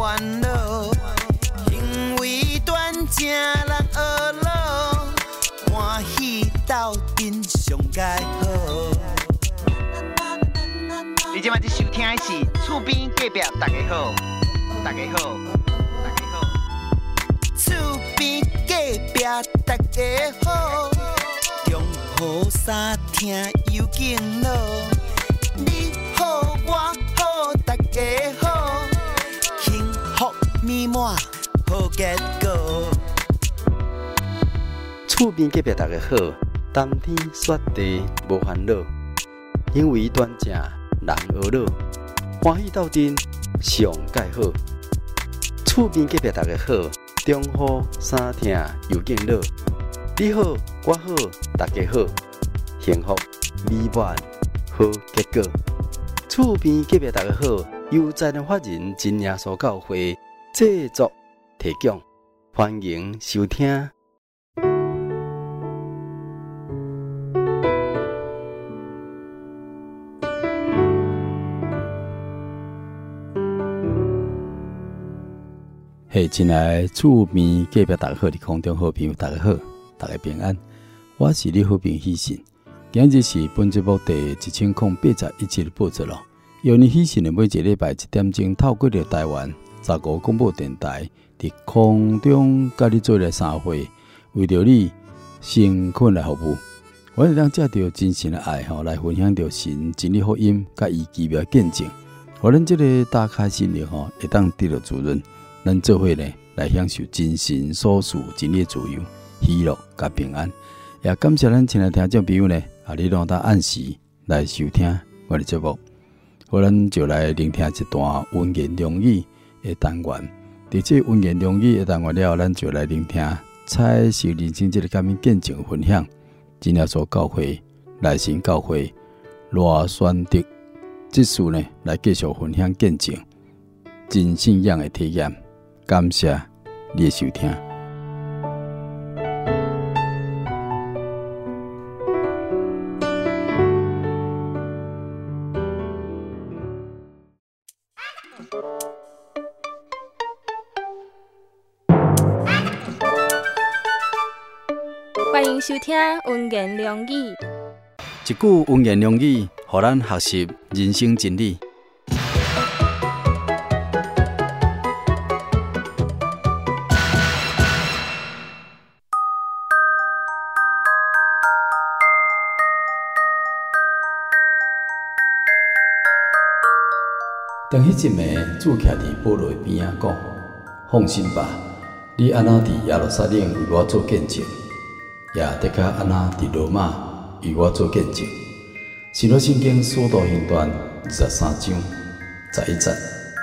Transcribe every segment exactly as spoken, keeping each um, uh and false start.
烦恼，行为端正人学老，欢喜斗阵上佳好。你今摆在收听的是厝边隔壁大家好，大家好，大家好，厝边隔壁大家好，中好三听有劲咯，你好我好大家好，幸福美满好结果。厝边隔壁大家好，冬天雪地无烦恼，因为端正人学老，欢喜斗阵上佳好。厝边隔壁大家好，中好三听有劲乐，你好我好大家好，幸福美满好结果。厝边隔壁大家好，由在人法人真耶稣教会制作提供，欢迎收听。嘿，亲爱的厝边隔壁大家好，你空中好朋友大家好，大家平安，我是你好朋友喜信。今日是本节目第一千零八十一集的播出咯。由你喜信的每一个礼拜一点钟，透过着台湾十五广播电台，伫空中甲你做来三会，为着你辛苦来服务。我哋当借着真神的爱吼，来分享着神真理福音，甲伊奇妙见证。互咱这个打开心灵吼，会当得到滋润。咱做伙呢，来享受真神所赐真理自由、喜乐甲平安。也感谢咱亲爱听众朋友呢，啊，你拢当按时来收听我的节目。好，咱就来聆听一段温言良语的单元。伫这温言良语的单元了后，咱就来聆听彩色人生这个感恩见证分享。真耶稣教会、来神教会、罗宣德这次呢，来继续分享见证真信仰的体验。感谢你的收听。 欢迎收听温言良语。 一句温言良语，互咱学习人生真理。当迄阵暝主徛伫保罗边仔讲：“放心吧，你安那伫耶路撒冷为我做见证，也得甲安那伫罗马为我做见证。”是罗圣经使徒行传二十三章十一节。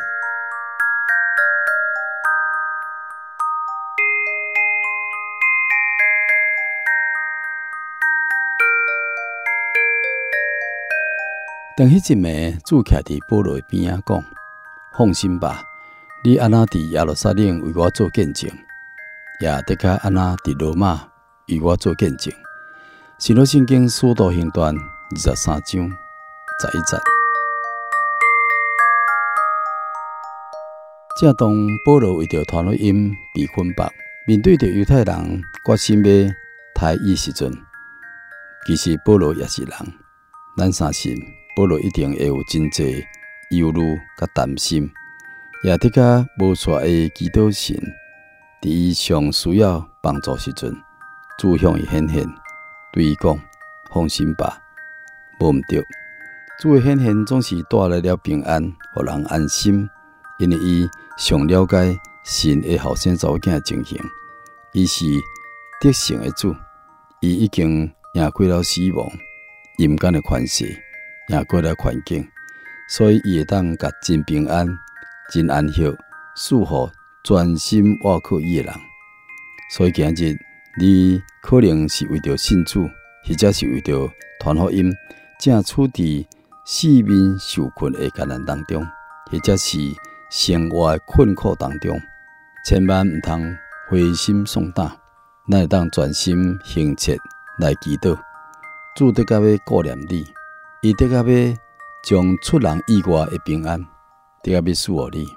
当迄阵暝主徛伫保罗边仔讲：“放心吧，你安那伫耶路撒冷为我做见证，也得甲安那伫罗马为我做见证。”是罗圣经使徒行传二十三章十一节。正当保罗为着传福音被分绑，面对着犹太人决心要杀伊时阵，其实保罗也是人，咱相信保罗一定会有真侪忧虑甲担心，也得甲无错的祈祷神，伫伊上需要帮助时阵，主向伊显现，对伊讲：“放心吧，无毋对。”主的显现总是带来了平安，互人安心，因为伊上了解神的后生查某囝的情形，伊是得胜的主，伊已经赢过了死亡、阴间的权势。赢过了环境，所以伊会当甲真平安、真安息赐予专心倚靠伊的人。所以今日你可能是为着信主，或者是为着传福音，正处伫四面受困的艰难当中，或者是生活的困苦当中，千万毋通灰心丧胆，咱会当专心行切来祈祷，主得甲要顾念你。伊得甲要将出人意外的平安，得甲要赐予你。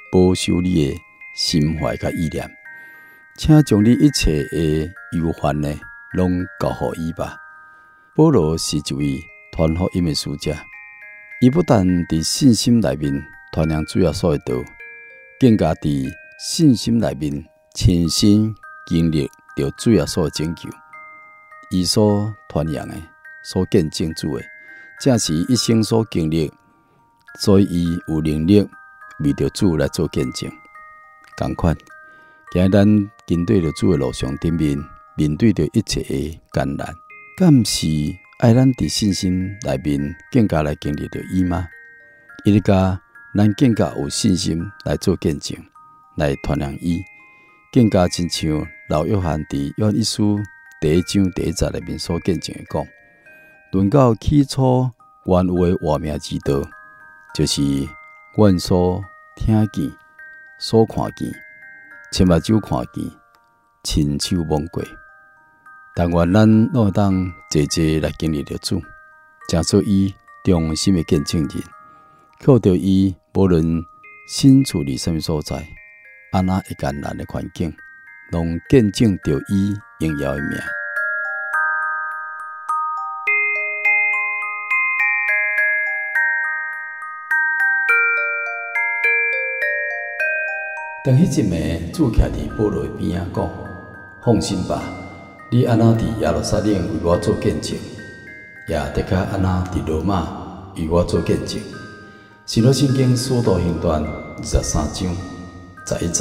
保守你的心怀甲意念，请将你一切的忧烦呢，拢交予伊吧。保罗是一位传福音的使者，伊不但伫信心内面传扬主耶稣的道，更加伫信心内面亲身经历着主耶稣的拯救。伊所传扬的、所见证主的，正是一生所经历，所以伊有能力为着主来做见证。同款，今日咱跟对着主的路上顶面，面对着一切的艰难，敢是爱咱伫信心内面更加来经历着伊吗？伊咧教咱更加有信心来做见证，来传扬伊，更加亲像老约翰伫约翰一书第一章第一节内面所见证的讲，论到起初原有的活命之道，就是阮所听见、所看见、亲目睭看见、亲手摸过。但愿咱拢会当坐坐来经历着主，正做伊忠心的见证人，靠着伊无论身处伫什么所在，安那会艰难的环境，拢见证着伊荣耀的名。当迄一暝，主徛伫保罗边仔讲：“放心吧，你安那伫耶路撒冷为我做见证，也得较安那伫罗马为我做见证。”使徒圣经使徒行传二十三章十一节。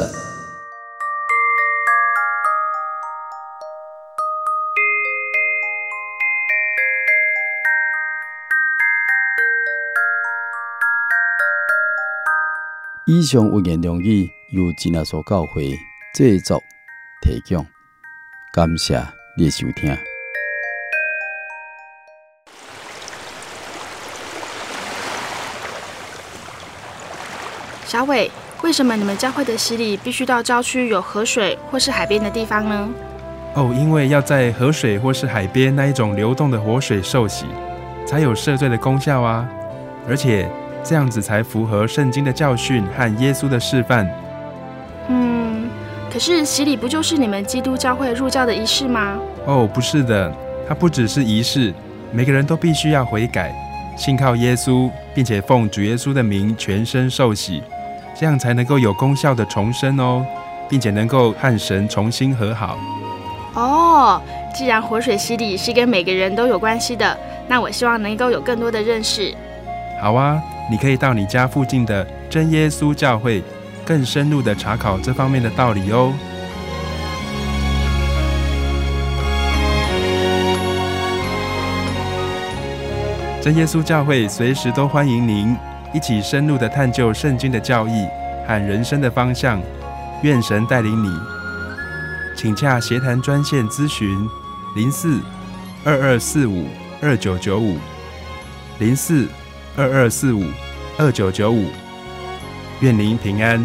以上文言良语由真耶稣教会制作提供，感谢你的收听。 小伟，为什么你们教会的洗礼必须到郊区有河水或是海边的地方呢？ 哦，因为要在河水或是海边那一种流动的活水受洗，才有赦罪的功效啊！而且这样子才符合圣经的教训和耶稣的示范。 嗯，可是洗礼不就是你们基督教会入教的仪式吗？ 哦，不是的，它不只是仪式，每个人都必须要悔改，信靠耶稣，并且奉主耶稣的名全身受洗，这样才能够有功效的重生哦，并且能够和神重新和好。 哦，既然活水洗礼是跟每个人都有关系的，那我希望能够有更多的认识。 好啊，你可以到你家附近的真耶稣教会，更深入的查考这方面的道理哦。真耶稣教会随时都欢迎您一起深入的探究圣经的教义和人生的方向，愿神带领你。请洽协谈专线咨询零四二二四五二九九五零四二二四五二九九五，愿您平安。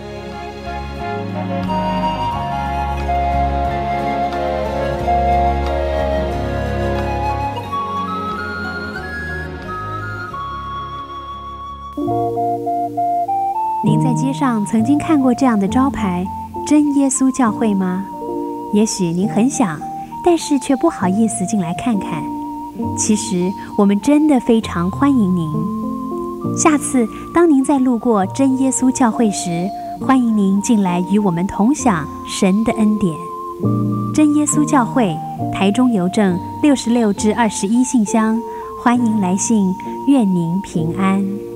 您在街上曾经看过这样的招牌“真耶稣教会”吗？也许您很想，但是却不好意思进来看看。其实我们真的非常欢迎您。下次当您再路过真耶稣教会时，欢迎您进来与我们同享神的恩典。真耶稣教会，台中邮政六十六至二十一信箱，欢迎来信，愿您平安。